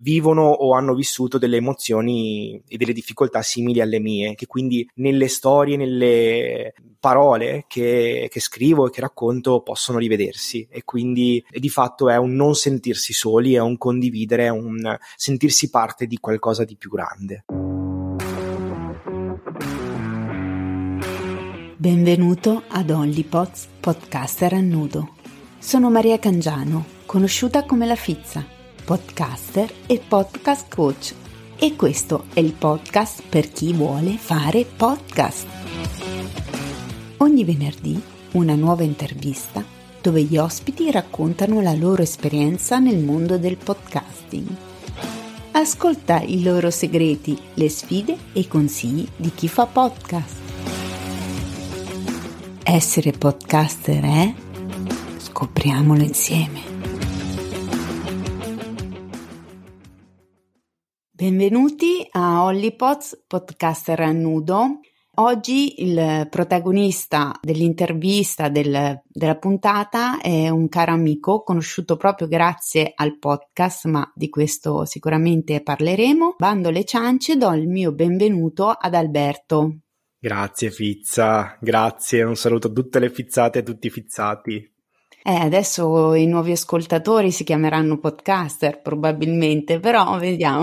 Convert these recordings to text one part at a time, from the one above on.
vivono o hanno vissuto delle emozioni e delle difficoltà simili alle mie, che quindi nelle storie, nelle parole che scrivo e che racconto possono rivedersi, e quindi di fatto è un non sentirsi soli, è un condividere, è un sentirsi parte di qualcosa di più grande. Benvenuto ad OnlyPods Podcaster a nudo. Sono Maria Cangiano, conosciuta come La Fizza, podcaster e podcast coach, e questo è il podcast per chi vuole fare podcast. Ogni venerdì una nuova intervista dove gli ospiti raccontano la loro esperienza nel mondo del podcasting. Ascolta i loro segreti, le sfide e i consigli di chi fa podcast. Essere podcaster è? Scopriamolo insieme. Benvenuti a OnlyPods Podcaster a nudo. Oggi il protagonista dell'intervista della puntata è un caro amico conosciuto proprio grazie al podcast, ma di questo sicuramente parleremo. Bando le ciance, do il mio benvenuto ad Alberto. Grazie Fizza, grazie, un saluto a tutte le fizzate e a tutti i fizzati. Adesso i nuovi ascoltatori si chiameranno podcaster probabilmente, però vediamo.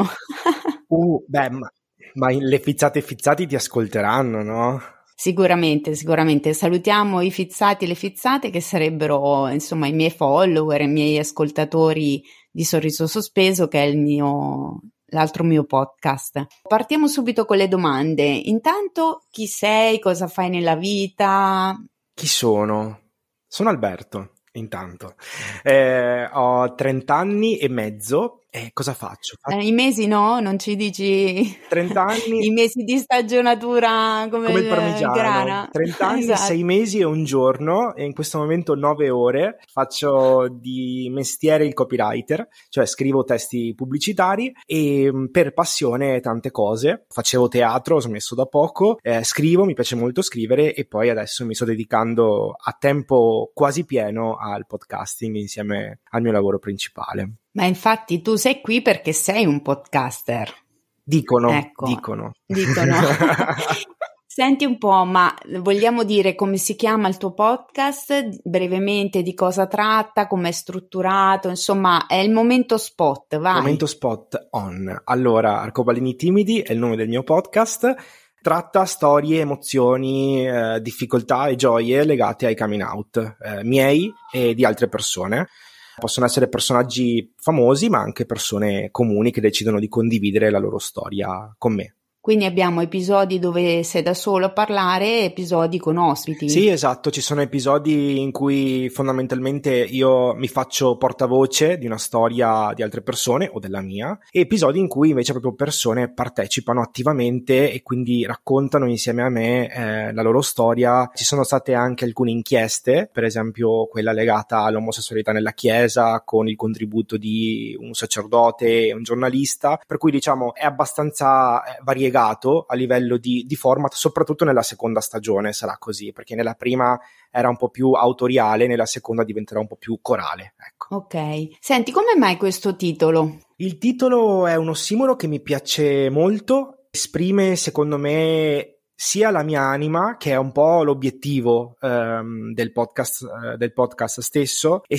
Ma le fizzate e fizzati ti ascolteranno, no? Sicuramente. Salutiamo i fizzati e le fizzate che sarebbero, insomma, i miei follower, i miei ascoltatori di Sorriso Sospeso, che è l'altro mio podcast. Partiamo subito con le domande. Intanto, chi sei? Cosa fai nella vita? Chi sono? Sono Alberto, intanto. Ho 30 anni e mezzo. Cosa faccio? I mesi no? Non ci dici 30 anni, i mesi di stagionatura come il parmigiano. grana. 30 anni, Esatto. 6 mesi e un giorno, e in questo momento 9 ore. Faccio di mestiere il copywriter, cioè scrivo testi pubblicitari, e per passione tante cose. Facevo teatro, ho smesso da poco, scrivo, mi piace molto scrivere, e poi adesso mi sto dedicando a tempo quasi pieno al podcasting insieme al mio lavoro principale. Ma infatti tu sei qui perché sei un podcaster. Dicono. Senti un po', ma vogliamo dire come si chiama il tuo podcast? Brevemente, di cosa tratta, come è strutturato? Insomma, è il momento spot, vai. Momento spot on. Allora, Arcobaleni Timidi è il nome del mio podcast. Tratta storie, emozioni, difficoltà e gioie legate ai coming out, miei e di altre persone. Possono essere personaggi famosi, ma anche persone comuni che decidono di condividere la loro storia con me. Quindi abbiamo episodi dove sei da solo a parlare e episodi con ospiti. Sì, esatto, ci sono episodi in cui fondamentalmente io mi faccio portavoce di una storia di altre persone o della mia, e episodi in cui invece proprio persone partecipano attivamente e quindi raccontano insieme a me la loro storia. Ci sono state anche alcune inchieste, per esempio quella legata all'omosessualità nella Chiesa, con il contributo di un sacerdote e un giornalista, per cui diciamo è abbastanza variegato a livello di format, soprattutto nella seconda stagione sarà così, perché nella prima era un po' più autoriale, nella seconda diventerà un po' più corale, ecco. Ok, senti, come mai questo titolo? Il titolo è un ossimoro che mi piace molto, esprime secondo me sia la mia anima, che è un po' l'obiettivo del podcast stesso, e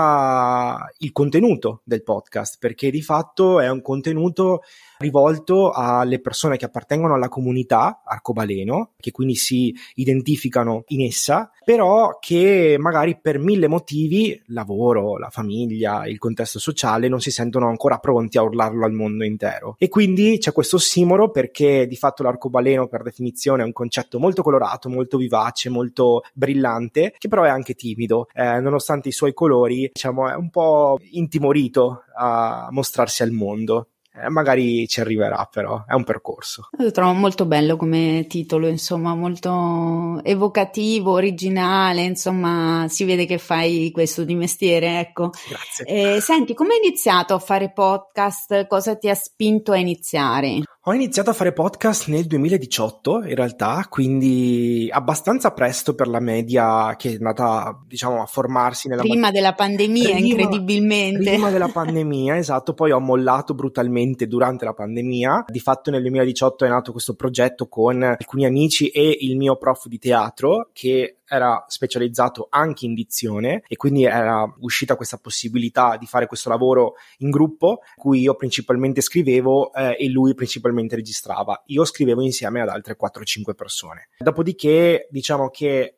sia il contenuto del podcast, perché di fatto è un contenuto rivolto alle persone che appartengono alla comunità arcobaleno, che quindi si identificano in essa, però che magari per 1000 motivi, lavoro, la famiglia, il contesto sociale, non si sentono ancora pronti a urlarlo al mondo intero. E quindi c'è questo ossimoro, perché di fatto l'arcobaleno per definizione è un concetto molto colorato, molto vivace, molto brillante, che però è anche timido, nonostante i suoi colori, diciamo, è un po' intimorito a mostrarsi al mondo. Magari ci arriverà, però è un percorso. Lo trovo molto bello come titolo, insomma, molto evocativo, originale, insomma, si vede che fai questo di mestiere, ecco. Grazie. Senti, come hai iniziato a fare podcast? Cosa ti ha spinto a iniziare? Ho iniziato a fare podcast nel 2018, in realtà, quindi abbastanza presto per la media che è andata, diciamo, a formarsi prima della pandemia, incredibilmente. Prima della pandemia, esatto, poi ho mollato brutalmente durante la pandemia. Di fatto nel 2018 è nato questo progetto con alcuni amici e il mio prof di teatro, che era specializzato anche in dizione, e quindi era uscita questa possibilità di fare questo lavoro in gruppo, cui io principalmente scrivevo e lui principalmente registrava. Io scrivevo insieme ad altre 4-5 persone. Dopodiché, diciamo che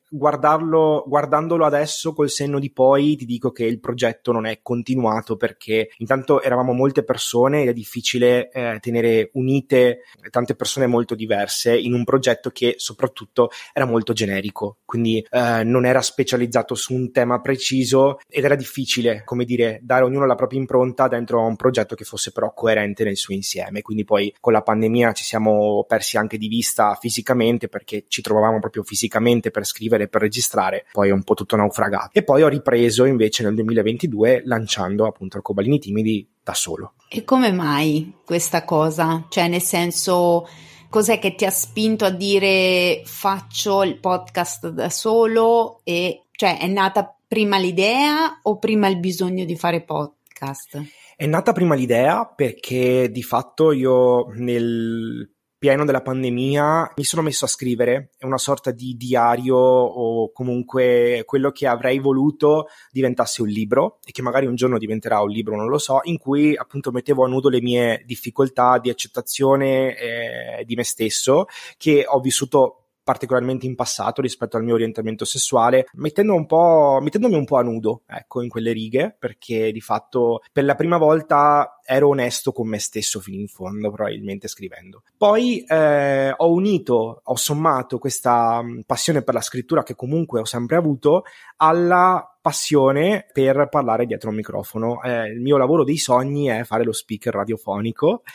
guardandolo adesso col senno di poi, ti dico che il progetto non è continuato, perché intanto eravamo molte persone ed è difficile tenere unite tante persone molto diverse in un progetto che soprattutto era molto generico, quindi non era specializzato su un tema preciso ed era difficile, come dire, dare ognuno la propria impronta dentro a un progetto che fosse però coerente nel suo insieme. Quindi poi con la pandemia ci siamo persi anche di vista fisicamente, perché ci trovavamo proprio fisicamente per scrivere, per registrare, poi è un po' tutto naufragato. E poi ho ripreso invece nel 2022 lanciando appunto Arcobaleni Timidi da solo. E come mai questa cosa? Cioè, nel senso, cos'è che ti ha spinto a dire faccio il podcast da solo? E cioè, è nata prima l'idea o prima il bisogno di fare podcast? È nata prima l'idea perché di fatto io nel pieno della pandemia mi sono messo a scrivere, è una sorta di diario, o comunque quello che avrei voluto diventasse un libro, e che magari un giorno diventerà un libro, non lo so, in cui appunto mettevo a nudo le mie difficoltà di accettazione di me stesso, che ho vissuto particolarmente in passato rispetto al mio orientamento sessuale, mettendomi un po' a nudo, ecco, in quelle righe, perché di fatto per la prima volta ero onesto con me stesso fino in fondo, probabilmente scrivendo. Poi ho sommato questa passione per la scrittura, che comunque ho sempre avuto, alla passione per parlare dietro un microfono. Il mio lavoro dei sogni è fare lo speaker radiofonico,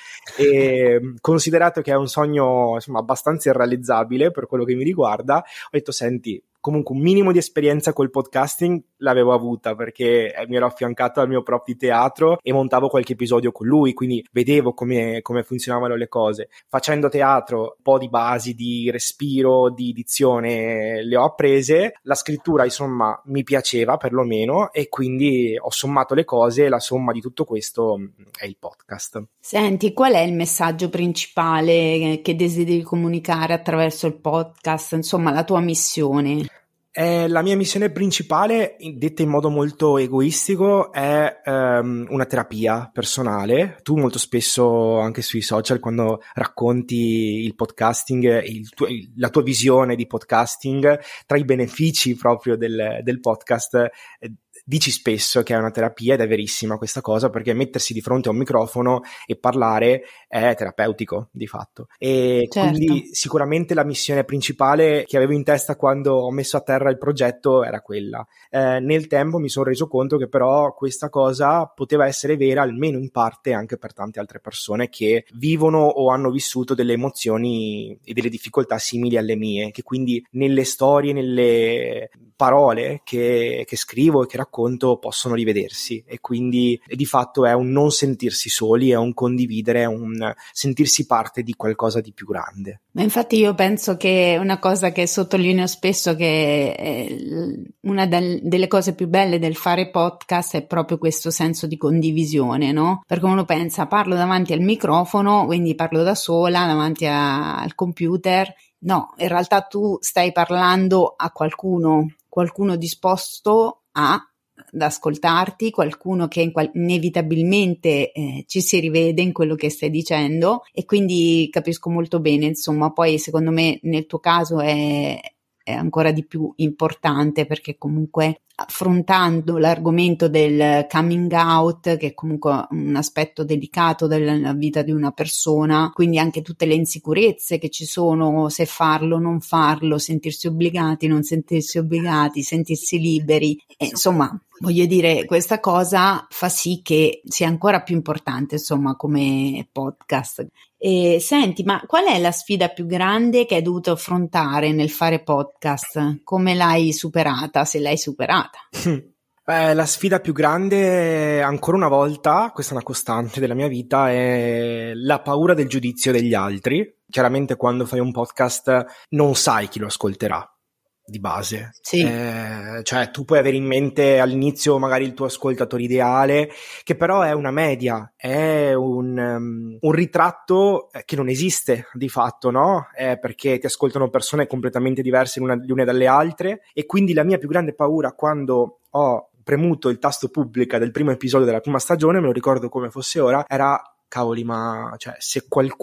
e considerato che è un sogno, insomma, abbastanza irrealizzabile per quello che mi riguarda, ho detto: senti, comunque un minimo di esperienza col podcasting l'avevo avuta, perché mi ero affiancato al mio prof di teatro e montavo qualche episodio con lui, quindi vedevo come funzionavano le cose. Facendo teatro, un po' di basi di respiro, di dizione le ho apprese, la scrittura insomma mi piaceva perlomeno, e quindi ho sommato le cose, e la somma di tutto questo è il podcast. Senti, qual è il messaggio principale che desideri comunicare attraverso il podcast? Insomma, la tua missione? La mia missione principale, detta in modo molto egoistico, è una terapia personale. Tu molto spesso anche sui social, quando racconti il podcasting, la tua visione di podcasting, tra i benefici proprio del podcast, dici spesso che è una terapia, ed è verissima questa cosa, perché mettersi di fronte a un microfono e parlare è terapeutico di fatto. E certo. Quindi sicuramente la missione principale che avevo in testa quando ho messo a terra il progetto era quella. Nel tempo mi sono reso conto che però questa cosa poteva essere vera, almeno in parte, anche per tante altre persone che vivono o hanno vissuto delle emozioni e delle difficoltà simili alle mie, che quindi nelle storie, nelle parole che scrivo e che racconto possono rivedersi, e quindi di fatto è un non sentirsi soli, è un condividere, è un sentirsi parte di qualcosa di più grande. Ma infatti io penso che una cosa che sottolineo spesso, che è una delle cose più belle del fare podcast, è proprio questo senso di condivisione, no? Perché uno pensa, parlo davanti al microfono, quindi parlo da sola davanti al computer. No, in realtà tu stai parlando a qualcuno disposto ad ascoltarti, qualcuno che inevitabilmente ci si rivede in quello che stai dicendo, e quindi capisco molto bene, insomma. Poi secondo me nel tuo caso è ancora di più importante, perché comunque affrontando l'argomento del coming out, che è comunque un aspetto delicato della vita di una persona, quindi anche tutte le insicurezze che ci sono, se farlo, non farlo, sentirsi obbligati, non sentirsi obbligati, sentirsi liberi, insomma, voglio dire, questa cosa fa sì che sia ancora più importante, insomma, come podcast. E senti, ma qual è la sfida più grande che hai dovuto affrontare nel fare podcast? Come l'hai superata, se l'hai superata? La sfida più grande, ancora una volta, questa è una costante della mia vita, è la paura del giudizio degli altri. Chiaramente quando fai un podcast non sai chi lo ascolterà, di base. Sì. Cioè tu puoi avere in mente all'inizio magari il tuo ascoltatore ideale, che però è una media, è un ritratto che non esiste di fatto, no? Perché ti ascoltano persone completamente diverse le une dalle altre, e quindi la mia più grande paura quando ho premuto il tasto pubblica del primo episodio della prima stagione, me lo ricordo come fosse ora, era: cavoli, ma cioè, se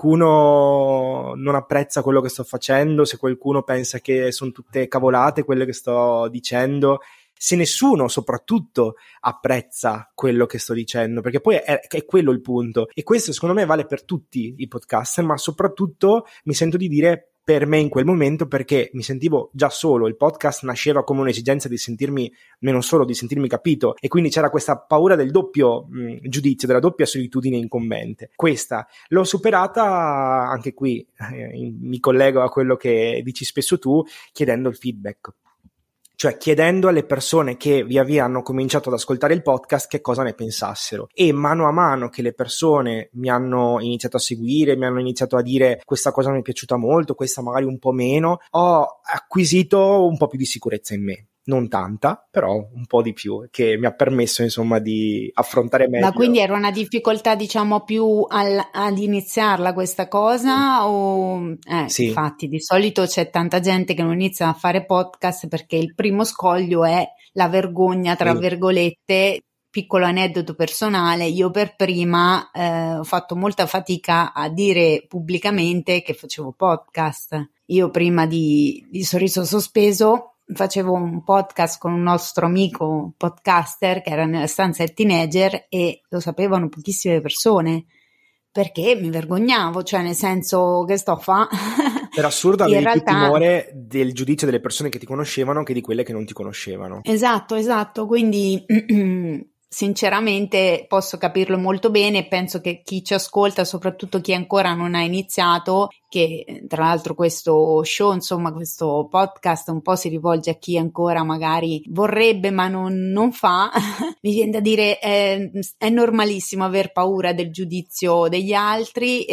qualcuno non apprezza quello che sto facendo, se qualcuno pensa che sono tutte cavolate quelle che sto dicendo, se nessuno soprattutto apprezza quello che sto dicendo, perché poi è quello il punto. E questo secondo me vale per tutti i podcaster, ma soprattutto mi sento di dire per me in quel momento, perché mi sentivo già solo, il podcast nasceva come un'esigenza di sentirmi, non solo di sentirmi capito, e quindi c'era questa paura del doppio giudizio, della doppia solitudine incombente. Questa l'ho superata anche qui, mi collego a quello che dici spesso tu, chiedendo il feedback. Cioè chiedendo alle persone che via via hanno cominciato ad ascoltare il podcast che cosa ne pensassero, e mano a mano che le persone mi hanno iniziato a seguire, mi hanno iniziato a dire: questa cosa mi è piaciuta molto, questa magari un po' meno, ho acquisito un po' più di sicurezza in me. Non tanta, però un po' di più, che mi ha permesso insomma di affrontare meglio. Ma quindi era una difficoltà, diciamo, più ad iniziarla questa cosa? O Sì. Infatti di solito c'è tanta gente che non inizia a fare podcast perché il primo scoglio è la vergogna, tra virgolette. Piccolo aneddoto personale: io per prima ho fatto molta fatica a dire pubblicamente che facevo podcast. Io prima di Sorriso Sospeso facevo un podcast con un nostro amico podcaster che era nella stanza del teenager, e lo sapevano pochissime persone perché mi vergognavo, cioè nel senso, che sto a fa? Per assurdo In avevi più realtà, timore del giudizio delle persone che ti conoscevano che di quelle che non ti conoscevano. esatto, quindi sinceramente posso capirlo molto bene, e penso che chi ci ascolta, soprattutto chi ancora non ha iniziato, che tra l'altro questo show, insomma questo podcast un po' si rivolge a chi ancora magari vorrebbe ma non fa, mi viene da dire è normalissimo aver paura del giudizio degli altri,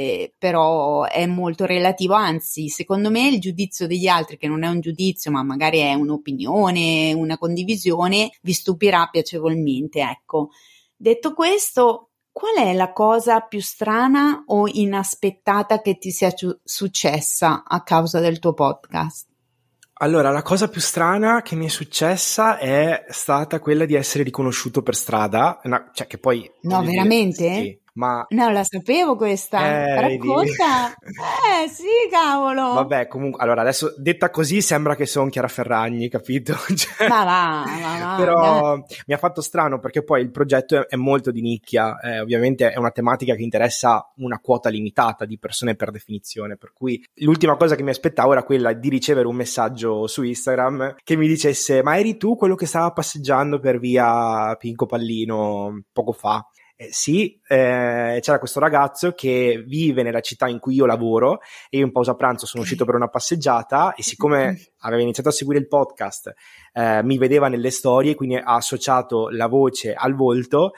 però è molto relativo, anzi secondo me il giudizio degli altri, che non è un giudizio ma magari è un'opinione, una condivisione, vi stupirà piacevolmente, ecco. Detto questo, qual è la cosa più strana o inaspettata che ti sia successa a causa del tuo podcast? Allora, la cosa più strana che mi è successa è stata quella di essere riconosciuto per strada, cioè che poi... No, veramente? Sì, ma... No, la sapevo questa. Racconta. Sì, cavolo. Vabbè, comunque, allora, adesso detta così sembra che sono Chiara Ferragni, capito? Cioè, ma va. Però mi ha fatto strano perché poi il progetto è molto di nicchia, ovviamente è una tematica che interessa una quota limitata di persone per definizione, per cui l'ultima cosa che mi aspettavo era quella di ricevere un messaggio su Instagram che mi dicesse: ma eri tu quello che stava passeggiando per via Pinco Pallino poco fa? Sì, c'era questo ragazzo che vive nella città in cui io lavoro, e io in pausa pranzo sono uscito per una passeggiata, e siccome aveva iniziato a seguire il podcast, mi vedeva nelle storie, quindi ha associato la voce al volto,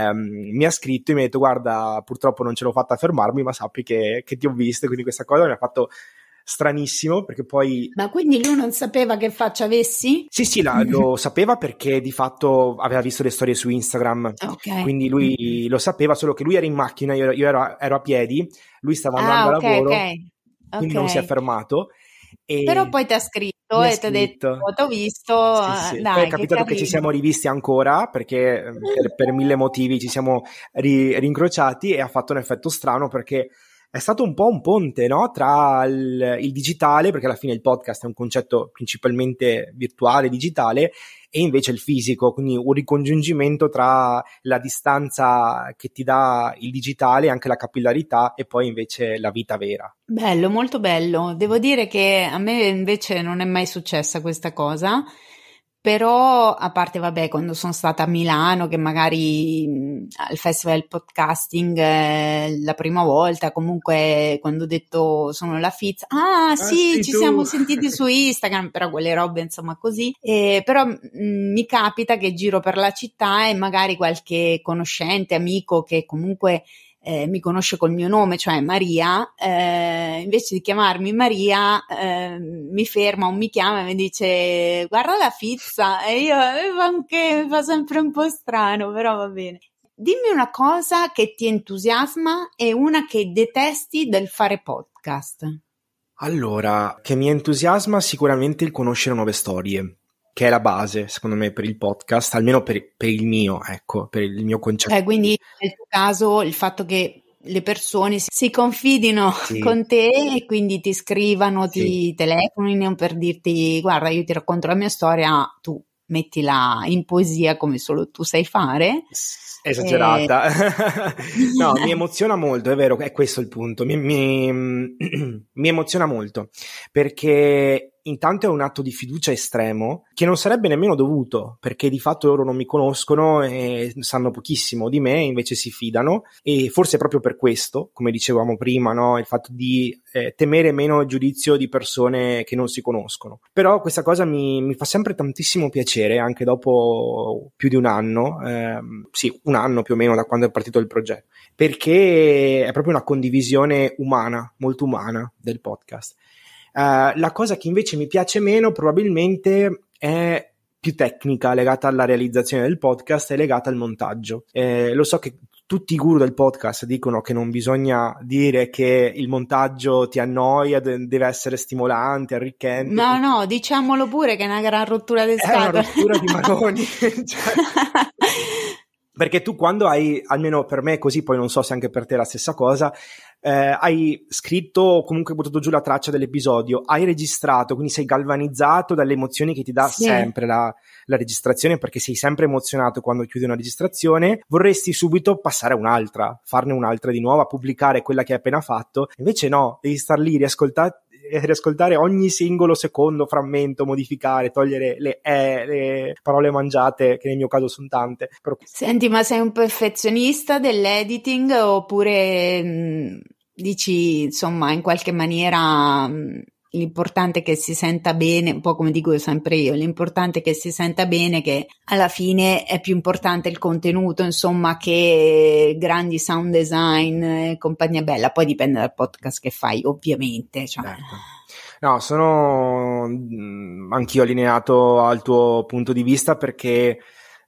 mi ha scritto e mi ha detto: guarda, purtroppo non ce l'ho fatta a fermarmi, ma sappi che ti ho visto. Quindi questa cosa mi ha fatto stranissimo, perché poi... Ma quindi lui non sapeva che faccia avessi? Sì, lo sapeva perché di fatto aveva visto le storie su Instagram, quindi lui lo sapeva, solo che lui era in macchina, io ero a piedi, lui stava andando a lavoro, quindi non si è fermato. E però poi ti ha scritto e ti ha detto: ti ho visto, sì. dai, poi è capitato che ci siamo rivisti ancora, perché per mille motivi ci siamo rincrociati, e ha fatto un effetto strano perché è stato un po' un ponte, no? Tra il digitale, perché alla fine il podcast è un concetto principalmente virtuale, digitale, e invece il fisico, quindi un ricongiungimento tra la distanza che ti dà il digitale, anche la capillarità, e poi invece la vita vera. Bello, molto bello. Devo dire che a me invece non è mai successa questa cosa, Però a parte vabbè quando sono stata a Milano che magari al Festival del Podcasting la prima volta, comunque quando ho detto sono la Fizza, sì, ci siamo sentiti su Instagram, però quelle robe insomma così, però mi capita che giro per la città e magari qualche conoscente, amico che comunque mi conosce col mio nome, cioè Maria, invece di chiamarmi Maria mi ferma o mi chiama e mi dice guarda la Fizza, e io anche mi fa sempre un po' strano, però va bene. Dimmi una cosa che ti entusiasma e una che detesti del fare podcast. Allora, che mi entusiasma sicuramente il conoscere nuove storie, che è la base, secondo me, per il podcast, almeno per il mio, ecco, per il mio concetto. Quindi nel tuo caso il fatto che le persone si confidino con te e quindi ti scrivano, ti telefonino per dirti guarda, io ti racconto la mia storia, tu mettila in poesia come solo tu sai fare. Esagerata. No, mi emoziona molto, è vero, è questo il punto, mi emoziona molto, perché intanto è un atto di fiducia estremo che non sarebbe nemmeno dovuto, perché di fatto loro non mi conoscono e sanno pochissimo di me, invece si fidano, e forse proprio per questo, come dicevamo prima, no, il fatto di temere meno il giudizio di persone che non si conoscono. Però questa cosa mi fa sempre tantissimo piacere, anche dopo più di un anno, sì, un anno più o meno da quando è partito il progetto, perché è proprio una condivisione umana, molto umana del podcast. La cosa che invece mi piace meno probabilmente è più tecnica, legata alla realizzazione del podcast e legata al montaggio. Lo so che tutti i guru del podcast dicono che non bisogna dire che il montaggio ti annoia, deve essere stimolante, arricchente. No, diciamolo pure che è una gran rottura di scatole. È una rottura di maroni. Perché tu quando hai, almeno per me così, poi non so se anche per te è la stessa cosa, hai scritto o comunque buttato giù la traccia dell'episodio, hai registrato, quindi sei galvanizzato dalle emozioni che ti dà sempre la registrazione, perché sei sempre emozionato quando chiudi una registrazione, vorresti subito passare a un'altra, farne un'altra di nuova, pubblicare quella che hai appena fatto, invece no, devi star lì, riascoltare ogni singolo secondo, frammento, modificare, togliere le parole mangiate, che nel mio caso sono tante. Però... Senti, ma sei un perfezionista dell'editing oppure dici, insomma, in qualche maniera l'importante è che si senta bene, un po' come dico sempre io, l'importante è che si senta bene, che alla fine è più importante il contenuto, insomma, che grandi sound design e compagnia bella, poi dipende dal podcast che fai, ovviamente. Cioè. No, sono anch'io allineato al tuo punto di vista, perché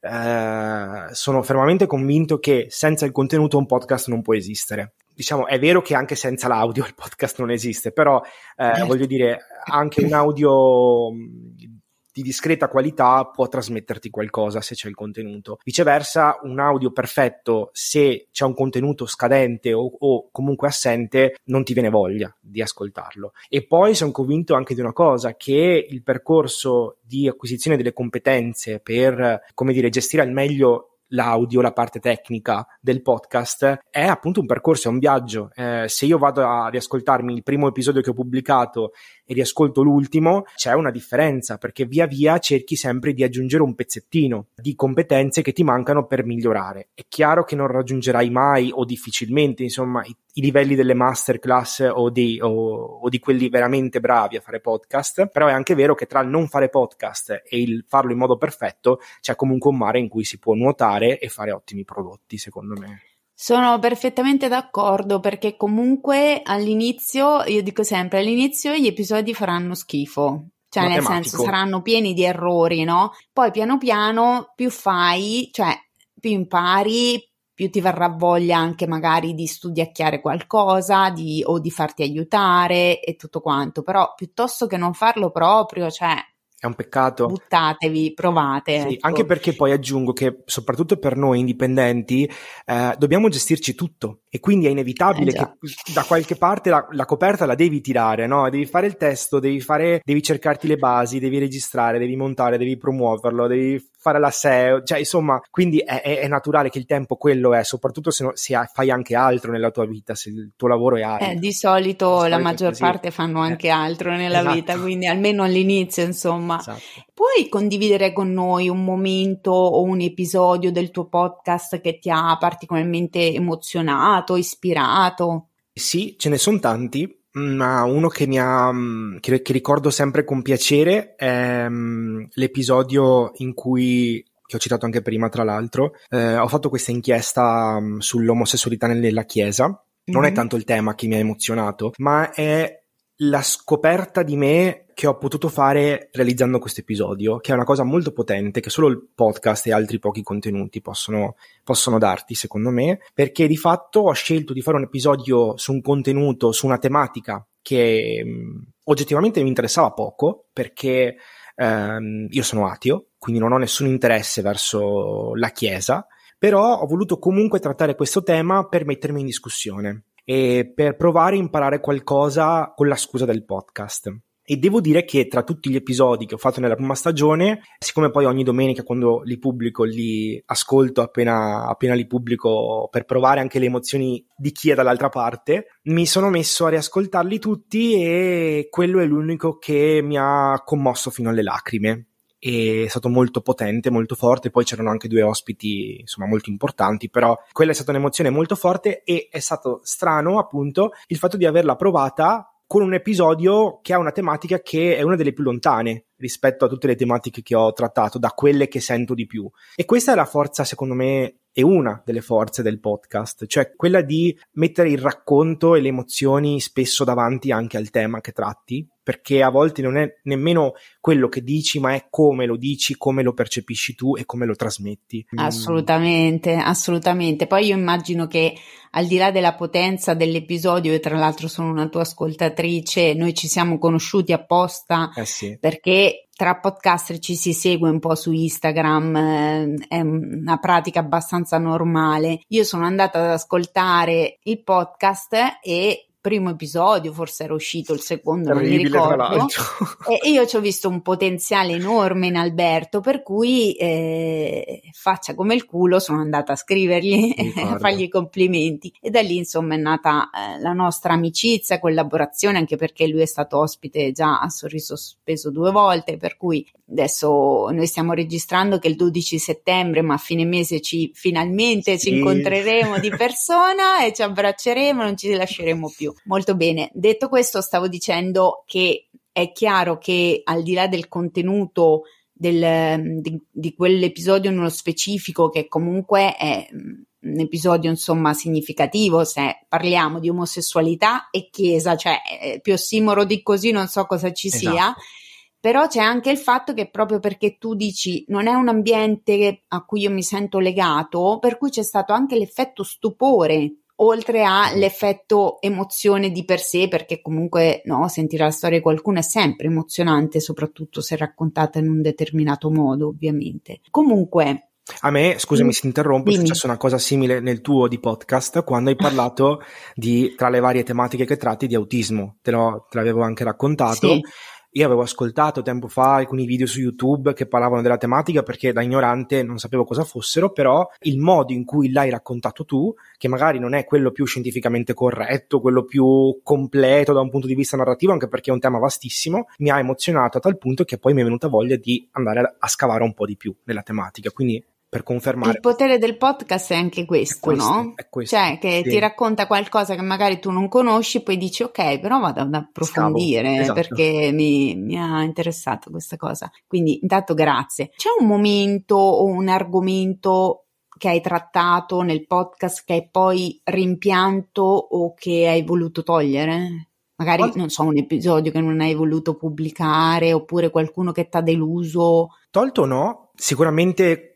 sono fermamente convinto che senza il contenuto un podcast non può esistere. Diciamo, è vero che anche senza l'audio il podcast non esiste, però voglio dire, anche un audio di discreta qualità può trasmetterti qualcosa se c'è il contenuto. Viceversa, un audio perfetto, se c'è un contenuto scadente o comunque assente, non ti viene voglia di ascoltarlo. E poi sono convinto anche di una cosa, che il percorso di acquisizione delle competenze per, come dire, gestire al meglio l'audio, la parte tecnica del podcast, è appunto un percorso, è un viaggio. Se io vado a riascoltarmi il primo episodio che ho pubblicato e riascolto l'ultimo, c'è una differenza, perché via via cerchi sempre di aggiungere un pezzettino di competenze che ti mancano per migliorare. È chiaro che non raggiungerai mai, o difficilmente, insomma, i livelli delle masterclass o di quelli veramente bravi a fare podcast, però è anche vero che tra il non fare podcast e il farlo in modo perfetto c'è comunque un mare in cui si può nuotare e fare ottimi prodotti, secondo me. Sono perfettamente d'accordo, perché comunque all'inizio, io dico sempre, all'inizio gli episodi faranno schifo, cioè nel senso saranno pieni di errori, no? Poi piano piano più fai, cioè più impari, più ti verrà voglia anche magari di studiacchiare qualcosa, o di farti aiutare e tutto quanto, però piuttosto che non farlo proprio, cioè... È un peccato. Buttatevi, provate. Sì, ecco. Anche perché poi aggiungo che soprattutto per noi indipendenti dobbiamo gestirci tutto. e quindi è inevitabile che da qualche parte la coperta la devi tirare, no? Devi fare il testo, devi cercarti le basi, devi registrare, devi montare, devi promuoverlo, devi fare la SEO, cioè insomma, quindi è naturale che il tempo quello è, soprattutto se fai anche altro nella tua vita, se il tuo lavoro è altro. Di solito la maggior parte fanno anche altro nella vita, quindi almeno all'inizio, insomma. Esatto. Puoi condividere con noi un momento o un episodio del tuo podcast che ti ha particolarmente emozionato, ispirato? Sì, ce ne sono tanti. Ma uno che che ricordo sempre con piacere è l'episodio in cui, che ho citato anche prima tra l'altro, ho fatto questa inchiesta sull'omosessualità nella Chiesa. Non è tanto il tema che mi ha emozionato, ma è la scoperta di me che ho potuto fare realizzando questo episodio, che è una cosa molto potente, che solo il podcast e altri pochi contenuti possono darti, secondo me, perché di fatto ho scelto di fare un episodio su un contenuto, su una tematica che oggettivamente mi interessava poco, perché io sono ateo, quindi non ho nessun interesse verso la Chiesa, però ho voluto comunque trattare questo tema per mettermi in discussione e per provare a imparare qualcosa con la scusa del podcast. E devo dire che tra tutti gli episodi che ho fatto nella prima stagione, siccome poi ogni domenica quando li pubblico li ascolto appena li pubblico per provare anche le emozioni di chi è dall'altra parte, mi sono messo a riascoltarli tutti e quello è l'unico che mi ha commosso fino alle lacrime. È stato molto potente, molto forte, poi c'erano anche 2 ospiti insomma molto importanti, però quella è stata un'emozione molto forte e è stato strano appunto il fatto di averla provata con un episodio che ha una tematica che è una delle più lontane rispetto a tutte le tematiche che ho trattato, da quelle che sento di più. E questa è la forza, secondo me, è una delle forze del podcast, cioè quella di mettere il racconto e le emozioni spesso davanti anche al tema che tratti, perché a volte non è nemmeno quello che dici, ma è come lo dici, come lo percepisci tu e come lo trasmetti. Assolutamente, assolutamente. Poi io immagino che al di là della potenza dell'episodio, e tra l'altro sono una tua ascoltatrice, noi ci siamo conosciuti apposta sì. perché tra podcaster ci si segue un po' su Instagram, è una pratica abbastanza normale. Io sono andata ad ascoltare il podcast e primo episodio, forse era uscito il secondo, non mi ricordo, tra l'altro. E io ci ho visto un potenziale enorme in Alberto, per cui faccia come il culo sono andata a scrivergli a fargli i complimenti, e da lì insomma è nata la nostra amicizia, collaborazione, anche perché lui è stato ospite già a Sorriso Sospeso 2 volte, per cui adesso noi stiamo registrando che il 12 settembre, ma a fine mese finalmente ci incontreremo di persona e ci abbracceremo, non ci lasceremo più. Molto bene. Detto questo, stavo dicendo che è chiaro che al di là del contenuto di quell'episodio nello specifico, che comunque è un episodio insomma significativo, se parliamo di omosessualità e chiesa, cioè più ossimoro di così non so cosa ci sia. Però c'è anche il fatto che proprio perché tu dici non è un ambiente a cui io mi sento legato, per cui c'è stato anche l'effetto stupore, oltre all'effetto emozione di per sé, perché comunque no, sentire la storia di qualcuno è sempre emozionante, soprattutto se raccontata in un determinato modo, ovviamente. Comunque, a me, scusami se ti interrompo, dimmi. è successa una cosa simile nel tuo di podcast, quando hai parlato tra le varie tematiche che tratti, di autismo. Te l'avevo anche raccontato. Sì. Io avevo ascoltato tempo fa alcuni video su YouTube che parlavano della tematica, perché da ignorante non sapevo cosa fossero, però il modo in cui l'hai raccontato tu, che magari non è quello più scientificamente corretto, quello più completo da un punto di vista narrativo, anche perché è un tema vastissimo, mi ha emozionato a tal punto che poi mi è venuta voglia di andare a scavare un po' di più nella tematica, quindi per confermare. Il potere del podcast è anche questo, no? È questo, cioè che sì. Ti racconta qualcosa che magari tu non conosci, poi dici ok, però vado ad approfondire, esatto. Perché mi ha interessato questa cosa. Quindi intanto grazie. C'è un momento o un argomento che hai trattato nel podcast che hai poi rimpianto o che hai voluto togliere? Magari, non so, un episodio che non hai voluto pubblicare, oppure qualcuno che t'ha deluso? Tolto no, sicuramente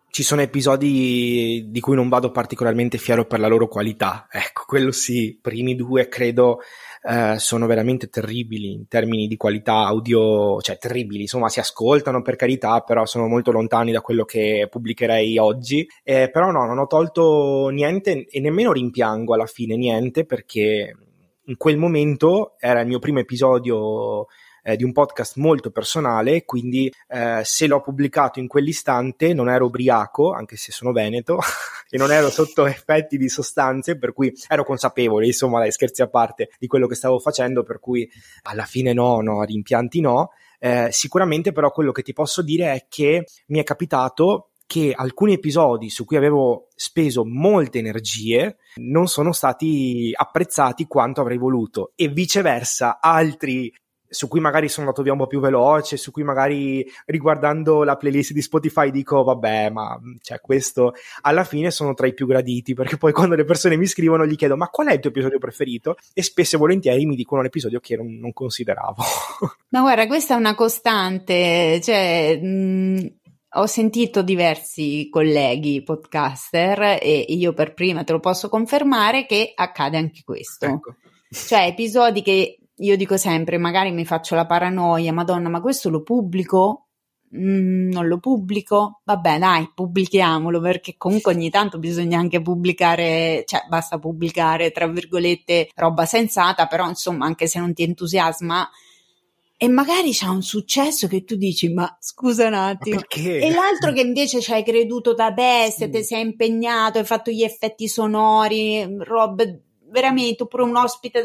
Ci sono episodi di cui non vado particolarmente fiero per la loro qualità, ecco, quello sì. I primi due credo sono veramente terribili in termini di qualità audio, cioè terribili, insomma si ascoltano per carità, però sono molto lontani da quello che pubblicherei oggi. Però no, non ho tolto niente e nemmeno rimpiango alla fine niente, perché in quel momento era il mio primo episodio di un podcast molto personale, quindi se l'ho pubblicato in quell'istante non ero ubriaco, anche se sono veneto, e non ero sotto effetti di sostanze, per cui ero consapevole, insomma, dai scherzi a parte, di quello che stavo facendo, per cui alla fine no, rimpianti no. Sicuramente però quello che ti posso dire è che mi è capitato che alcuni episodi su cui avevo speso molte energie non sono stati apprezzati quanto avrei voluto, e viceversa altri su cui magari sono andato via un po' più veloce, su cui magari riguardando la playlist di Spotify dico vabbè, ma cioè questo alla fine sono tra i più graditi, perché poi quando le persone mi scrivono gli chiedo ma qual è il tuo episodio preferito, e spesso e volentieri mi dicono un episodio che non consideravo. Ma guarda, questa è una costante, cioè ho sentito diversi colleghi podcaster e io per prima te lo posso confermare che accade anche questo. Ecco. Cioè episodi che io dico sempre, magari mi faccio la paranoia, Madonna, ma questo lo pubblico? Non lo pubblico? Vabbè, dai, pubblichiamolo, perché comunque ogni tanto bisogna anche pubblicare, cioè basta pubblicare, tra virgolette, roba sensata, però insomma, anche se non ti entusiasma, e magari c'ha un successo che tu dici, ma scusa un attimo, ma perché? E l'altro che invece ci hai creduto da bestia, ti sei impegnato, hai fatto gli effetti sonori, robe veramente, oppure un ospite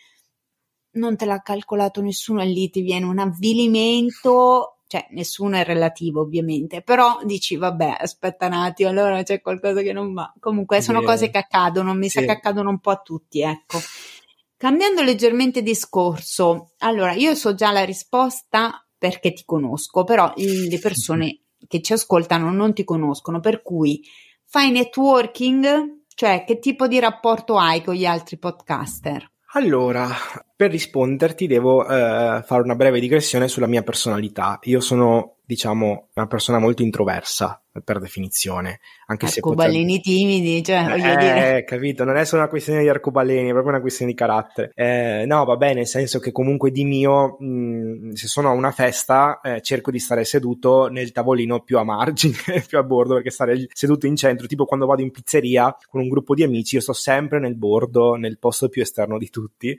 non te l'ha calcolato nessuno e lì ti viene un avvilimento, cioè nessuno è relativo ovviamente, però dici vabbè, aspetta un attimo, allora c'è qualcosa che non va. Comunque sono cose che accadono, mi sa che accadono un po' a tutti, ecco. Cambiando leggermente discorso, allora io so già la risposta perché ti conosco, però le persone che ci ascoltano non ti conoscono, per cui fai networking? Cioè che tipo di rapporto hai con gli altri podcaster? Allora, per risponderti devo fare una breve digressione sulla mia personalità. Io sono, diciamo, una persona molto introversa, per definizione. Anche se arcobaleni timidi, cioè voglio dire. Capito, non è solo una questione di arcobaleni, è proprio una questione di carattere. No, va bene, nel senso che comunque di mio, se sono a una festa, cerco di stare seduto nel tavolino più a margine, più a bordo, perché stare seduto in centro, tipo quando vado in pizzeria con un gruppo di amici, io sto sempre nel bordo, nel posto più esterno di tutti.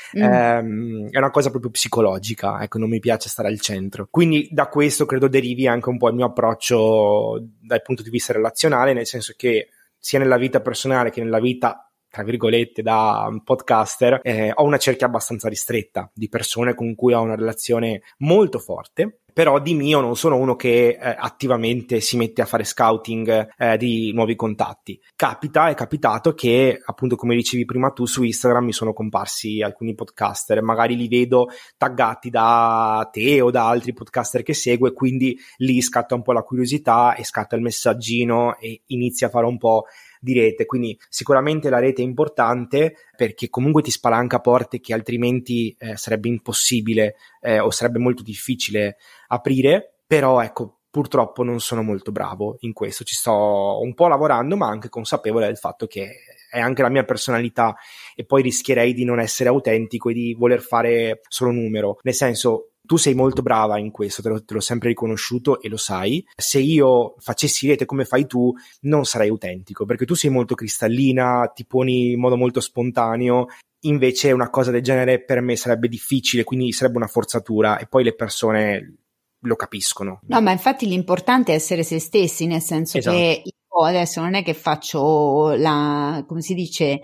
È una cosa proprio psicologica, ecco, non mi piace stare al centro, quindi da questo credo derivi anche un po' il mio approccio dal punto di vista relazionale, nel senso che sia nella vita personale che nella vita tra virgolette da podcaster ho una cerchia abbastanza ristretta di persone con cui ho una relazione molto forte, però di mio non sono uno che attivamente si mette a fare scouting di nuovi contatti. È capitato che appunto, come dicevi prima tu, su Instagram mi sono comparsi alcuni podcaster, magari li vedo taggati da te o da altri podcaster che seguo, e quindi lì scatta un po' la curiosità e scatta il messaggino e inizia a fare un po' di rete. Quindi sicuramente la rete è importante, perché comunque ti spalanca porte che altrimenti sarebbe impossibile o sarebbe molto difficile aprire. Però ecco, purtroppo non sono molto bravo in questo, ci sto un po' lavorando, ma anche consapevole del fatto che è anche la mia personalità, e poi rischierei di non essere autentico e di voler fare solo numero, nel senso, tu sei molto brava in questo, te l'ho sempre riconosciuto e lo sai. Se io facessi rete come fai tu, non sarei autentico, perché tu sei molto cristallina, ti poni in modo molto spontaneo. Invece una cosa del genere per me sarebbe difficile, quindi sarebbe una forzatura, e poi le persone lo capiscono. No, ma infatti l'importante è essere se stessi, nel senso che io adesso non è che faccio come si dice,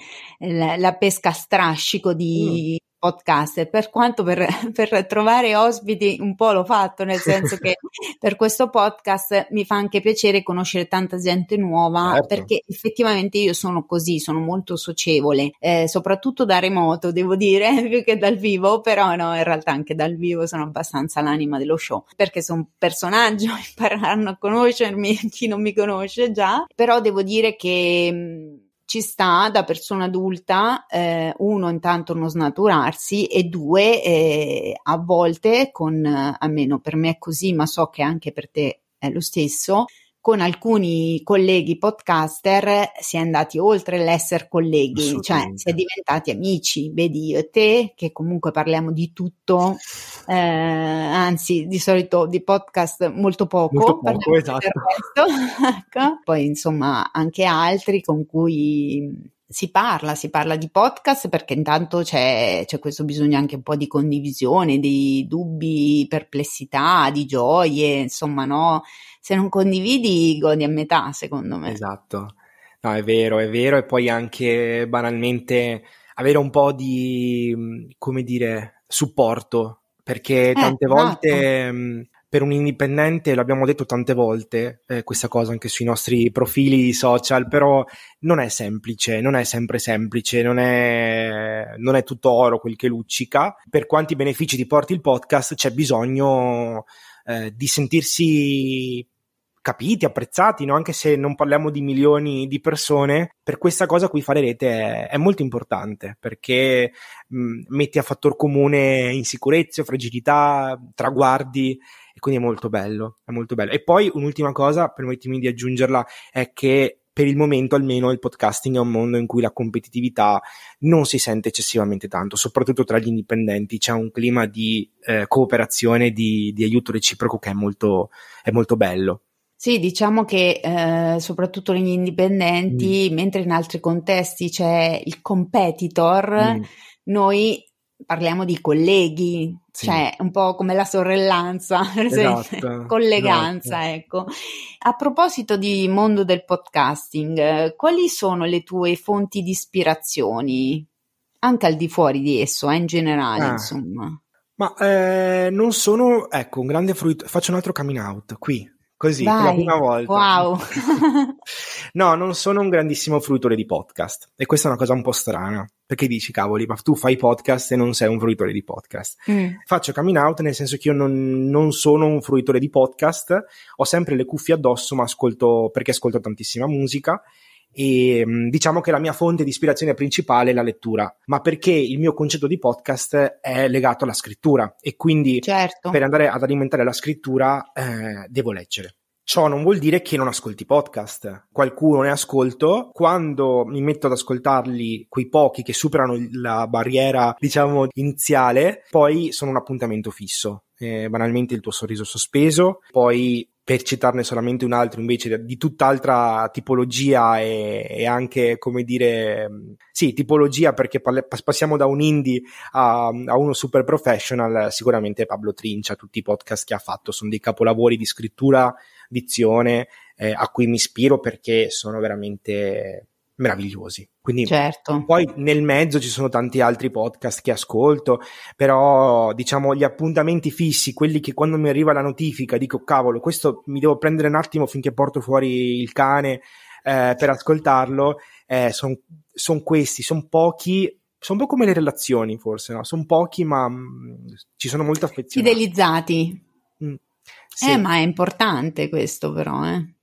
la pesca a strascico di podcast, per quanto per trovare ospiti un po' l'ho fatto, nel senso che per questo podcast mi fa anche piacere conoscere tanta gente nuova, certo, perché effettivamente io sono così, sono molto socievole, soprattutto da remoto devo dire, più che dal vivo, però no, in realtà anche dal vivo sono abbastanza l'anima dello show, perché sono un personaggio, impareranno a conoscermi chi non mi conosce già, però devo dire che ci sta da persona adulta, uno intanto non snaturarsi, e due a volte almeno per me è così, ma so che anche per te è lo stesso, con alcuni colleghi podcaster si è andati oltre l'essere colleghi, cioè si è diventati amici, vedi io e te che comunque parliamo di tutto, anzi di solito di podcast molto poco esatto. del resto. Ecco. Poi insomma anche altri con cui si parla di podcast, perché intanto c'è questo bisogno anche un po' di condivisione, di dubbi, perplessità, di gioie, insomma, no? Se non condividi godi a metà, secondo me. Esatto, no, è vero, e poi anche banalmente avere un po' di, come dire, supporto, perché tante volte per un indipendente, l'abbiamo detto tante volte, questa cosa anche sui nostri profili social, però non è semplice, non è sempre semplice, non è tutto oro quel che luccica. Per quanti benefici ti porti il podcast, c'è bisogno di sentirsi capiti, apprezzati, no? Anche se non parliamo di milioni di persone, per questa cosa qui fare rete è molto importante, perché metti a fattor comune insicurezze, fragilità, traguardi, e quindi è molto bello, è molto bello. E poi un'ultima cosa, permettimi di aggiungerla, è che per il momento almeno il podcasting è un mondo in cui la competitività non si sente eccessivamente tanto, soprattutto tra gli indipendenti. C'è un clima di cooperazione, di aiuto reciproco che è molto bello. Sì, diciamo che soprattutto negli indipendenti, mentre in altri contesti c'è il competitor, noi parliamo di colleghi, cioè un po' come la sorellanza, colleganza, ecco. A proposito di mondo del podcasting, quali sono le tue fonti di ispirazioni? Anche al di fuori di esso, in generale, insomma. Ma non sono, ecco, un grande fruitore, faccio un altro coming out qui. Così, per la prima volta. Wow. No, non sono un grandissimo fruitore di podcast, e questa è una cosa un po' strana, perché dici, cavoli, ma tu fai podcast e non sei un fruitore di podcast. Faccio coming out nel senso che io non sono un fruitore di podcast, ho sempre le cuffie addosso, ma ascolto tantissima musica, e diciamo che la mia fonte di ispirazione principale è la lettura, ma perché il mio concetto di podcast è legato alla scrittura, e quindi per andare ad alimentare la scrittura devo leggere. Ciò non vuol dire che non ascolti podcast, qualcuno ne ascolto. Quando mi metto ad ascoltarli, quei pochi che superano la barriera, diciamo, iniziale, poi sono un appuntamento fisso. Banalmente Il tuo sorriso sospeso, poi, per citarne solamente un altro invece di tutt'altra tipologia e anche, come dire, sì, tipologia, perché passiamo da un indie a uno super professional, sicuramente Pablo Trincia. Tutti i podcast che ha fatto sono dei capolavori di scrittura, dizione, a cui mi ispiro perché sono veramente meravigliosi. Quindi poi nel mezzo ci sono tanti altri podcast che ascolto, però diciamo gli appuntamenti fissi, quelli che quando mi arriva la notifica dico cavolo, questo mi devo prendere un attimo finché porto fuori il cane per ascoltarlo, sono questi, sono pochi, sono un po' come le relazioni forse, no? Sono pochi, ma ci sono molto affezionati. Fidelizzati. Sì. Ma è importante questo, però,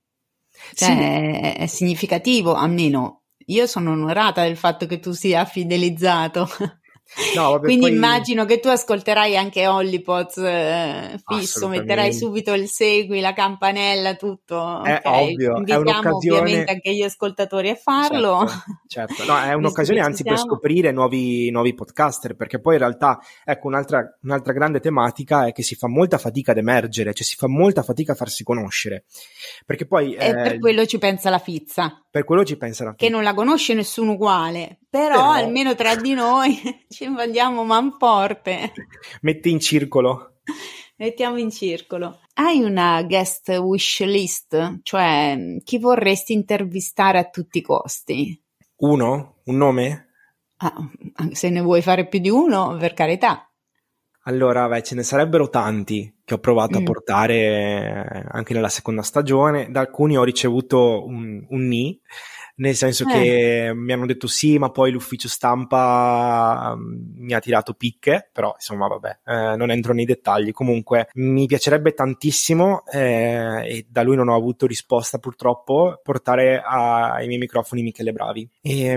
cioè, è significativo, almeno io sono onorata del fatto che tu sia fidelizzato. No, vabbè, quindi immagino che tu ascolterai anche Hollypods fisso, metterai subito il segui, la campanella, tutto. È ovvio, invitiamo è un'occasione, ovviamente anche gli ascoltatori a farlo. Certo. No, è un'occasione anzi per scoprire nuovi podcaster, perché poi in realtà, ecco, un'altra grande tematica è che si fa molta fatica ad emergere, cioè si fa molta fatica a farsi conoscere, perché poi e per quello ci pensa la Fizza. Per quello ci pensa la Fizza. Che non la conosce nessuno uguale, però almeno tra di noi ci mandiamo manforte. Metti in circolo. Mettiamo in circolo. Hai una guest wish list? Cioè, chi vorresti intervistare a tutti i costi? Uno? Un nome? Se ne vuoi fare più di uno, per carità. Allora, ce ne sarebbero tanti che ho provato a portare anche nella seconda stagione. Da alcuni ho ricevuto un ni, nel senso che mi hanno detto sì, ma poi l'ufficio stampa mi ha tirato picche, però insomma vabbè, non entro nei dettagli. Comunque mi piacerebbe tantissimo, e da lui non ho avuto risposta purtroppo, portare ai miei microfoni Michele Bravi,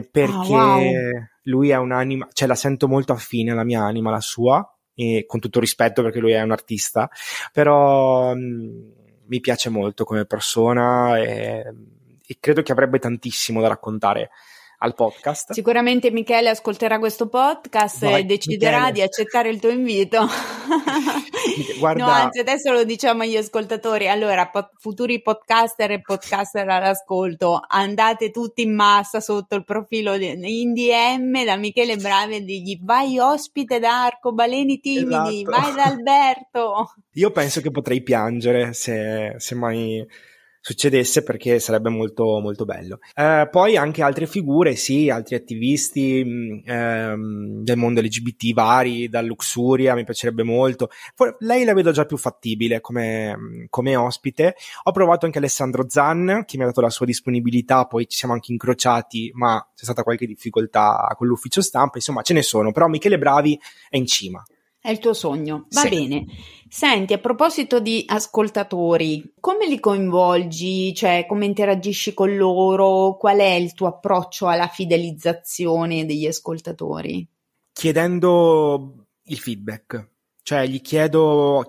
perché lui è un'anima, cioè la sento molto affine alla mia anima, la sua, e con tutto rispetto perché lui è un artista, però mi piace molto come persona e credo che avrebbe tantissimo da raccontare al podcast. Sicuramente Michele ascolterà questo podcast e deciderà Michele di accettare il tuo invito. Guarda... No, anzi, adesso lo diciamo agli ascoltatori. Allora, futuri podcaster e podcaster all'ascolto, andate tutti in massa sotto il profilo in DM da Michele Bravi e digli: vai ospite da Arcobaleni Timidi, esatto. vai da Alberto. Io penso che potrei piangere se mai succedesse, perché sarebbe molto molto bello. Poi anche altre figure, sì, altri attivisti del mondo LGBT vari, da Luxuria, mi piacerebbe molto. Lei la vedo già più fattibile come ospite. Ho provato anche Alessandro Zan, che mi ha dato la sua disponibilità, poi ci siamo anche incrociati, ma c'è stata qualche difficoltà con l'ufficio stampa, insomma ce ne sono, però Michele Bravi è in cima. È il tuo sogno, va Sì. bene. Senti, a proposito di ascoltatori, come li coinvolgi? Cioè, come interagisci con loro? Qual è il tuo approccio alla fidelizzazione degli ascoltatori? Chiedendo il feedback, cioè gli chiedo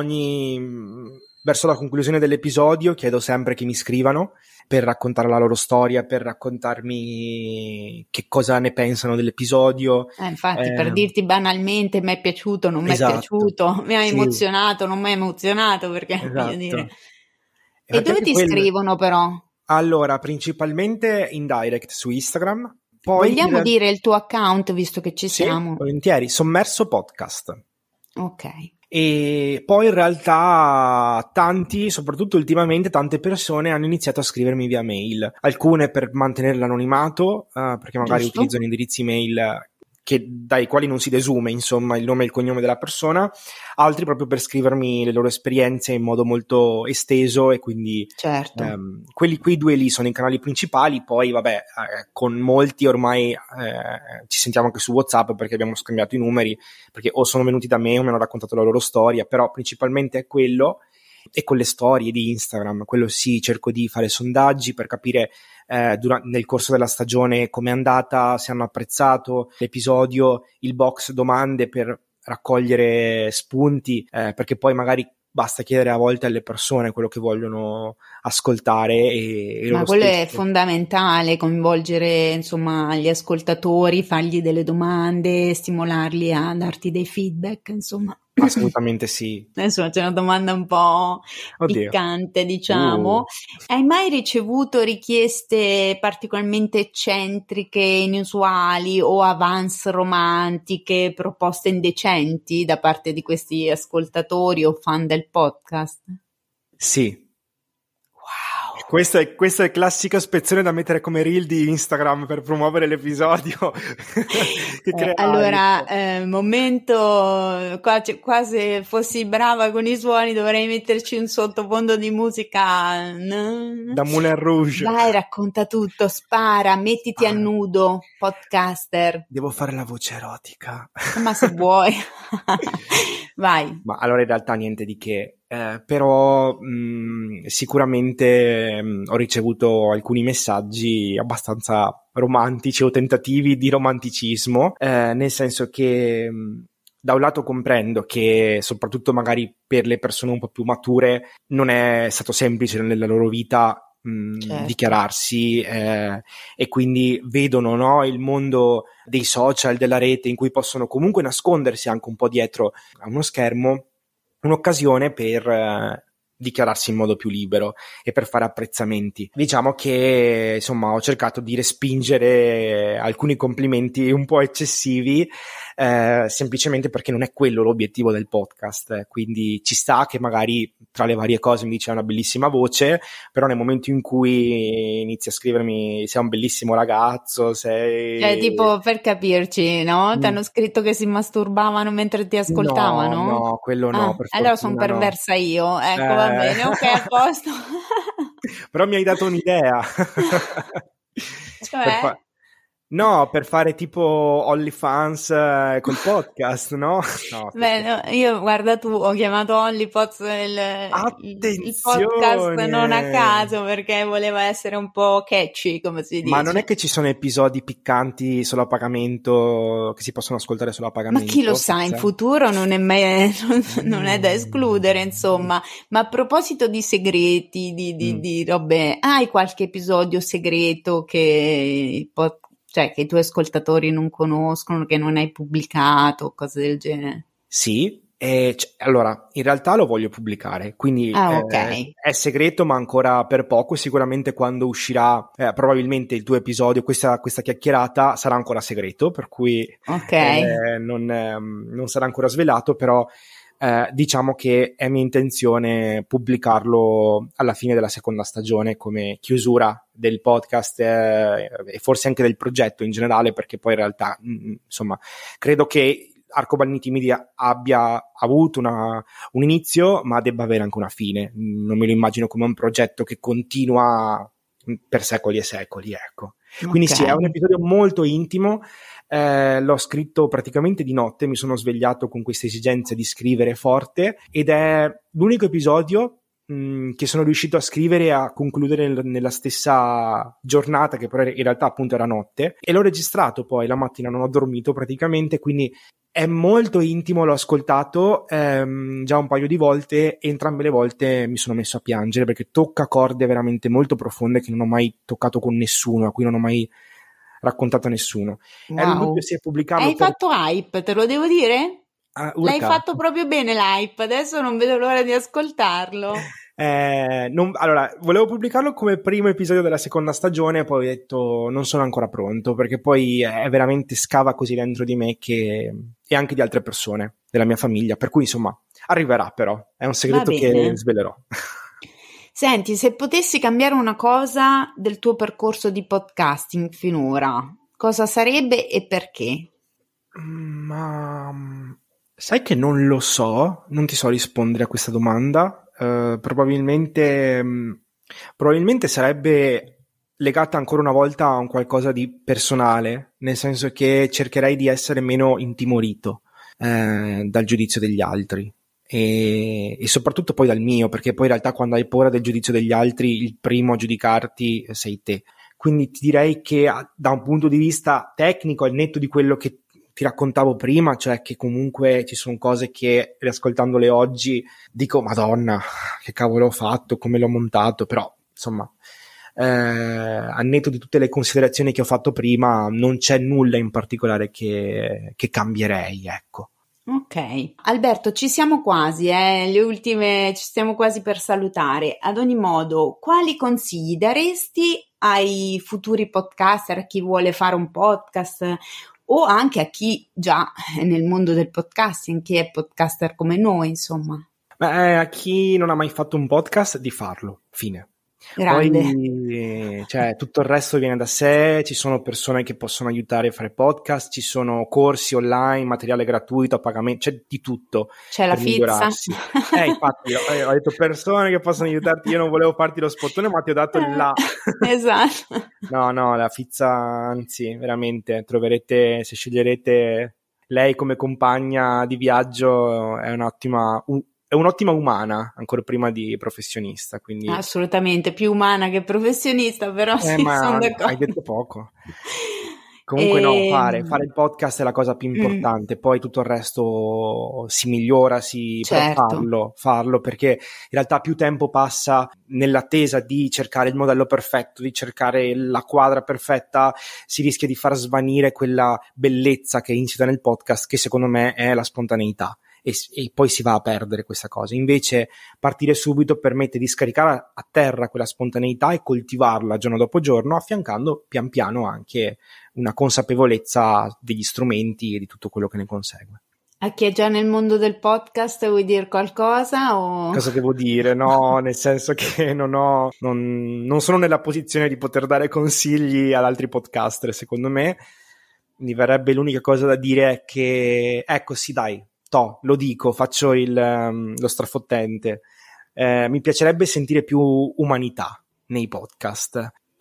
verso la conclusione dell'episodio, chiedo sempre che mi scrivano per raccontare la loro storia, per raccontarmi che cosa ne pensano dell'episodio. Infatti, per dirti banalmente, mi è piaciuto, non mi è piaciuto, mi ha emozionato, non mi ha emozionato, perché voglio dire. E dove ti scrivono però? Allora, principalmente in direct su Instagram. Poi vogliamo dire il tuo account, visto che ci siamo? Sì, volentieri, Sommerso Podcast. Ok. E poi in realtà soprattutto ultimamente, tante persone hanno iniziato a scrivermi via mail, alcune per mantenere l'anonimato, perché magari utilizzano indirizzi mail dai quali non si desume, insomma, il nome e il cognome della persona, altri proprio per scrivermi le loro esperienze in modo molto esteso, e quindi certo. quei due lì sono i canali principali. Poi vabbè, con molti ormai ci sentiamo anche su WhatsApp, perché abbiamo scambiato i numeri, perché o sono venuti da me o mi hanno raccontato la loro storia, però principalmente è quello. E con le storie di Instagram, quello sì, cerco di fare sondaggi per capire nel corso della stagione com'è andata, se hanno apprezzato l'episodio, il box domande per raccogliere spunti, perché poi magari basta chiedere a volte alle persone quello che vogliono ascoltare e ma quello è fondamentale, coinvolgere insomma gli ascoltatori, fargli delle domande, stimolarli a darti dei feedback, insomma. Assolutamente sì. Adesso c'è una domanda un po' piccante, diciamo. Hai mai ricevuto richieste particolarmente eccentriche, inusuali o avance romantiche, proposte indecenti da parte di questi ascoltatori o fan del podcast? Sì. Questa è classica spezzone da mettere come reel di Instagram per promuovere l'episodio. Allora, momento, qua se fossi brava con i suoni dovrei metterci un sottofondo di musica da Moulin Rouge. Dai, racconta tutto, spara, mettiti a nudo, podcaster. Devo fare la voce erotica. Ma se vuoi. Vai. Ma allora in realtà niente di che. Però sicuramente ho ricevuto alcuni messaggi abbastanza romantici o tentativi di romanticismo, nel senso che da un lato comprendo che soprattutto magari per le persone un po' più mature non è stato semplice nella loro vita certo. dichiararsi, e quindi vedono, no, il mondo dei social, della rete, in cui possono comunque nascondersi anche un po' dietro a uno schermo, un'occasione per dichiararsi in modo più libero e per fare apprezzamenti. Diciamo che insomma ho cercato di respingere alcuni complimenti un po' eccessivi, semplicemente perché non è quello l'obiettivo del podcast, quindi ci sta che magari tra le varie cose mi dice una bellissima voce, però nel momento in cui inizi a scrivermi sei un bellissimo ragazzo, sei... tipo, per capirci, no? Ti hanno scritto che si masturbavano mentre ti ascoltavano? No, quello no, per allora sono perversa io, ecco, va bene, ok, a posto. Però mi hai dato un'idea. Cioè? No, per fare tipo OnlyFans col podcast, no? No, Beh, no, io guarda, tu ho chiamato OnlyPods il podcast non a Attenzione! caso perché voleva essere un po' catchy, come si Ma non è dice. che ci sono episodi piccanti solo a pagamento, che si possono ascoltare solo a Ma chi lo pagamento? sa, in futuro non è mai, non è da escludere, Mm. insomma. Ma a proposito di segreti, Mm. di robe, hai qualche episodio segreto cioè, che i tuoi ascoltatori non conoscono, che non hai pubblicato, cose del genere? Sì, allora in realtà lo voglio pubblicare, quindi Ah, ok, è segreto ma ancora per poco, sicuramente quando uscirà probabilmente il tuo episodio, questa chiacchierata sarà ancora segreto, per cui ok. non sarà ancora svelato, però diciamo che è mia intenzione pubblicarlo alla fine della seconda stagione come chiusura del podcast e forse anche del progetto in generale, perché poi in realtà insomma credo che Arcobaleni Timidi abbia avuto un inizio, ma debba avere anche una fine. Non me lo immagino come un progetto che continua per secoli e secoli, ecco. Quindi Ok. sì, è un episodio molto intimo, l'ho scritto praticamente di notte, mi sono svegliato con questa esigenza di scrivere forte ed è l'unico episodio che sono riuscito a scrivere e a concludere nella stessa giornata, che però in realtà appunto era notte, e l'ho registrato poi la mattina, non ho dormito praticamente, quindi è molto intimo, l'ho ascoltato già un paio di volte e entrambe le volte mi sono messo a piangere perché tocca corde veramente molto profonde che non ho mai toccato con nessuno, a cui non ho mai raccontato a nessuno. Ero in dubbio Wow. se pubblicarlo Hai per fatto hype, te lo devo dire? L'hai Urca. fatto proprio bene l'hype, adesso non vedo l'ora di ascoltarlo. Allora, volevo pubblicarlo come primo episodio della seconda stagione, poi ho detto non sono ancora pronto, perché poi è veramente scava così dentro di me e anche di altre persone della mia famiglia, per cui insomma arriverà, però è un Va segreto che bene. svelerò. Senti, se potessi cambiare una cosa del tuo percorso di podcasting finora, cosa sarebbe e perché? Ma sai che non lo so, non ti so rispondere a questa domanda. Probabilmente sarebbe legata ancora una volta a un qualcosa di personale, nel senso che cercherei di essere meno intimorito dal giudizio degli altri e soprattutto poi dal mio, perché poi in realtà quando hai paura del giudizio degli altri, il primo a giudicarti sei te. Quindi ti direi che da un punto di vista tecnico, al netto di quello che ti raccontavo prima, cioè che comunque ci sono cose che riascoltandole oggi dico Madonna, che cavolo ho fatto, come l'ho montato, però insomma al netto di tutte le considerazioni che ho fatto prima non c'è nulla in particolare che cambierei, ecco. Ok, Alberto, ci siamo quasi, ci stiamo quasi per salutare. Ad ogni modo, quali consigli daresti ai futuri podcaster, a chi vuole fare un podcast o anche a chi già è nel mondo del podcasting, chi è podcaster come noi, insomma? A chi non ha mai fatto un podcast di farlo, fine. Grande. Poi cioè, tutto il resto viene da sé, ci sono persone che possono aiutare a fare podcast, ci sono corsi online, materiale gratuito a pagamento, c'è di tutto C'è la per Fizza. migliorarsi. Infatti ho detto persone che possono aiutarti, io non volevo farti lo spottone ma ti ho dato il là. Esatto. No, la Fizza, anzi, veramente, troverete, se sceglierete lei come compagna di viaggio, è un'ottima umana, ancora prima di professionista, quindi Assolutamente, più umana che professionista, però sì, sono ma hai d'accordo. detto poco. Comunque no, fare Ehm, il podcast è la cosa più mm, importante, poi tutto il resto si migliora, però certo. farlo perché in realtà più tempo passa nell'attesa di cercare il modello perfetto, di cercare la quadra perfetta, si rischia di far svanire quella bellezza che è insita nel podcast, che secondo me è la spontaneità. E poi si va a perdere questa cosa. Invece partire subito permette di scaricare a terra quella spontaneità e coltivarla giorno dopo giorno, affiancando pian piano anche una consapevolezza degli strumenti e di tutto quello che ne consegue. A chi è già nel mondo del podcast vuoi dire qualcosa o... Cosa devo dire? No, nel senso che non sono nella posizione di poter dare consigli ad altri podcaster, secondo me. Mi verrebbe l'unica cosa da dire è che, ecco sì dai, lo dico, faccio lo strafottente. Mi piacerebbe sentire più umanità nei podcast.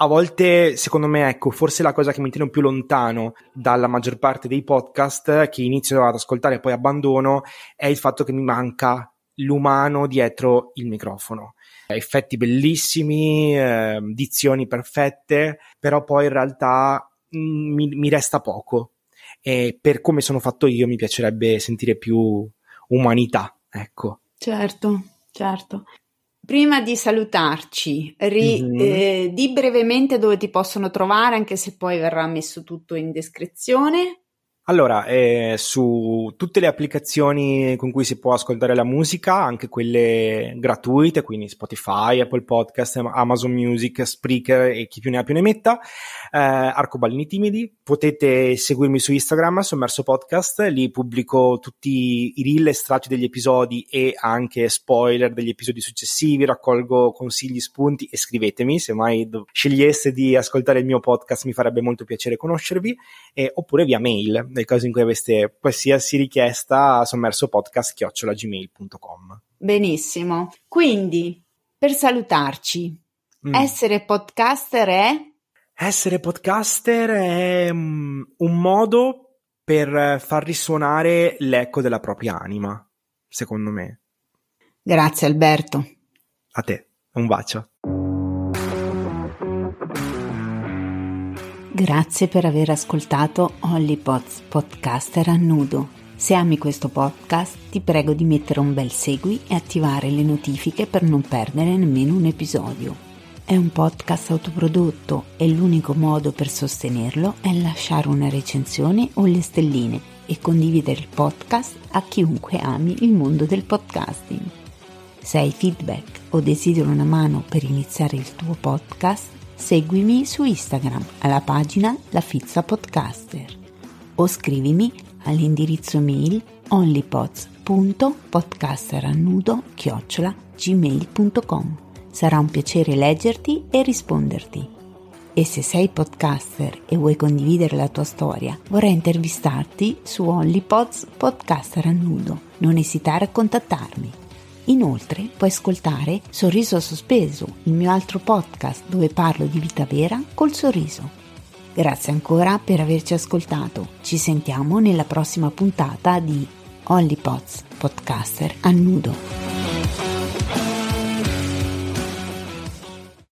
a volte, secondo me, ecco, forse la cosa che mi tiene più lontano dalla maggior parte dei podcast che inizio ad ascoltare e poi abbandono è il fatto che mi manca l'umano dietro il microfono. Effetti bellissimi, dizioni perfette, però poi in realtà mi resta poco, e per come sono fatto io mi piacerebbe sentire più umanità, ecco. Certo. Prima di salutarci, di brevemente dove ti possono trovare, anche se poi verrà messo tutto in descrizione. Allora, su tutte le applicazioni con cui si può ascoltare la musica, anche quelle gratuite, quindi Spotify, Apple Podcast, Amazon Music, Spreaker e chi più ne ha più ne metta, Arcobaleni Timidi. Potete seguirmi su Instagram, Sommerso Podcast, lì pubblico tutti i reel, estratti degli episodi e anche spoiler degli episodi successivi, raccolgo consigli, spunti, e scrivetemi, se mai sceglieste di ascoltare il mio podcast mi farebbe molto piacere conoscervi, oppure via mail, nel caso in cui aveste qualsiasi richiesta, a sommersopodcast@gmail.com. Benissimo. Quindi, per salutarci, essere podcaster è? Essere podcaster è un modo per far risuonare l'eco della propria anima, secondo me. Grazie Alberto. A te, un bacio. Grazie per aver ascoltato OnlyPods Podcaster a nudo. Se ami questo podcast, ti prego di mettere un bel segui e attivare le notifiche per non perdere nemmeno un episodio. È un podcast autoprodotto e l'unico modo per sostenerlo è lasciare una recensione o le stelline e condividere il podcast a chiunque ami il mondo del podcasting. Se hai feedback o desideri una mano per iniziare il tuo podcast, seguimi su Instagram alla pagina La Fizza Podcaster o scrivimi all'indirizzo mail onlypods.podcasterannudo@gmail.com. Sarà un piacere leggerti e risponderti. E se sei podcaster e vuoi condividere la tua storia, vorrei intervistarti su OnlyPods Podcaster a nudo. Non esitare a contattarmi. Inoltre puoi ascoltare Sorriso Sospeso, il mio altro podcast dove parlo di vita vera col sorriso. Grazie ancora per averci ascoltato. Ci sentiamo nella prossima puntata di OnlyPods Podcaster a nudo.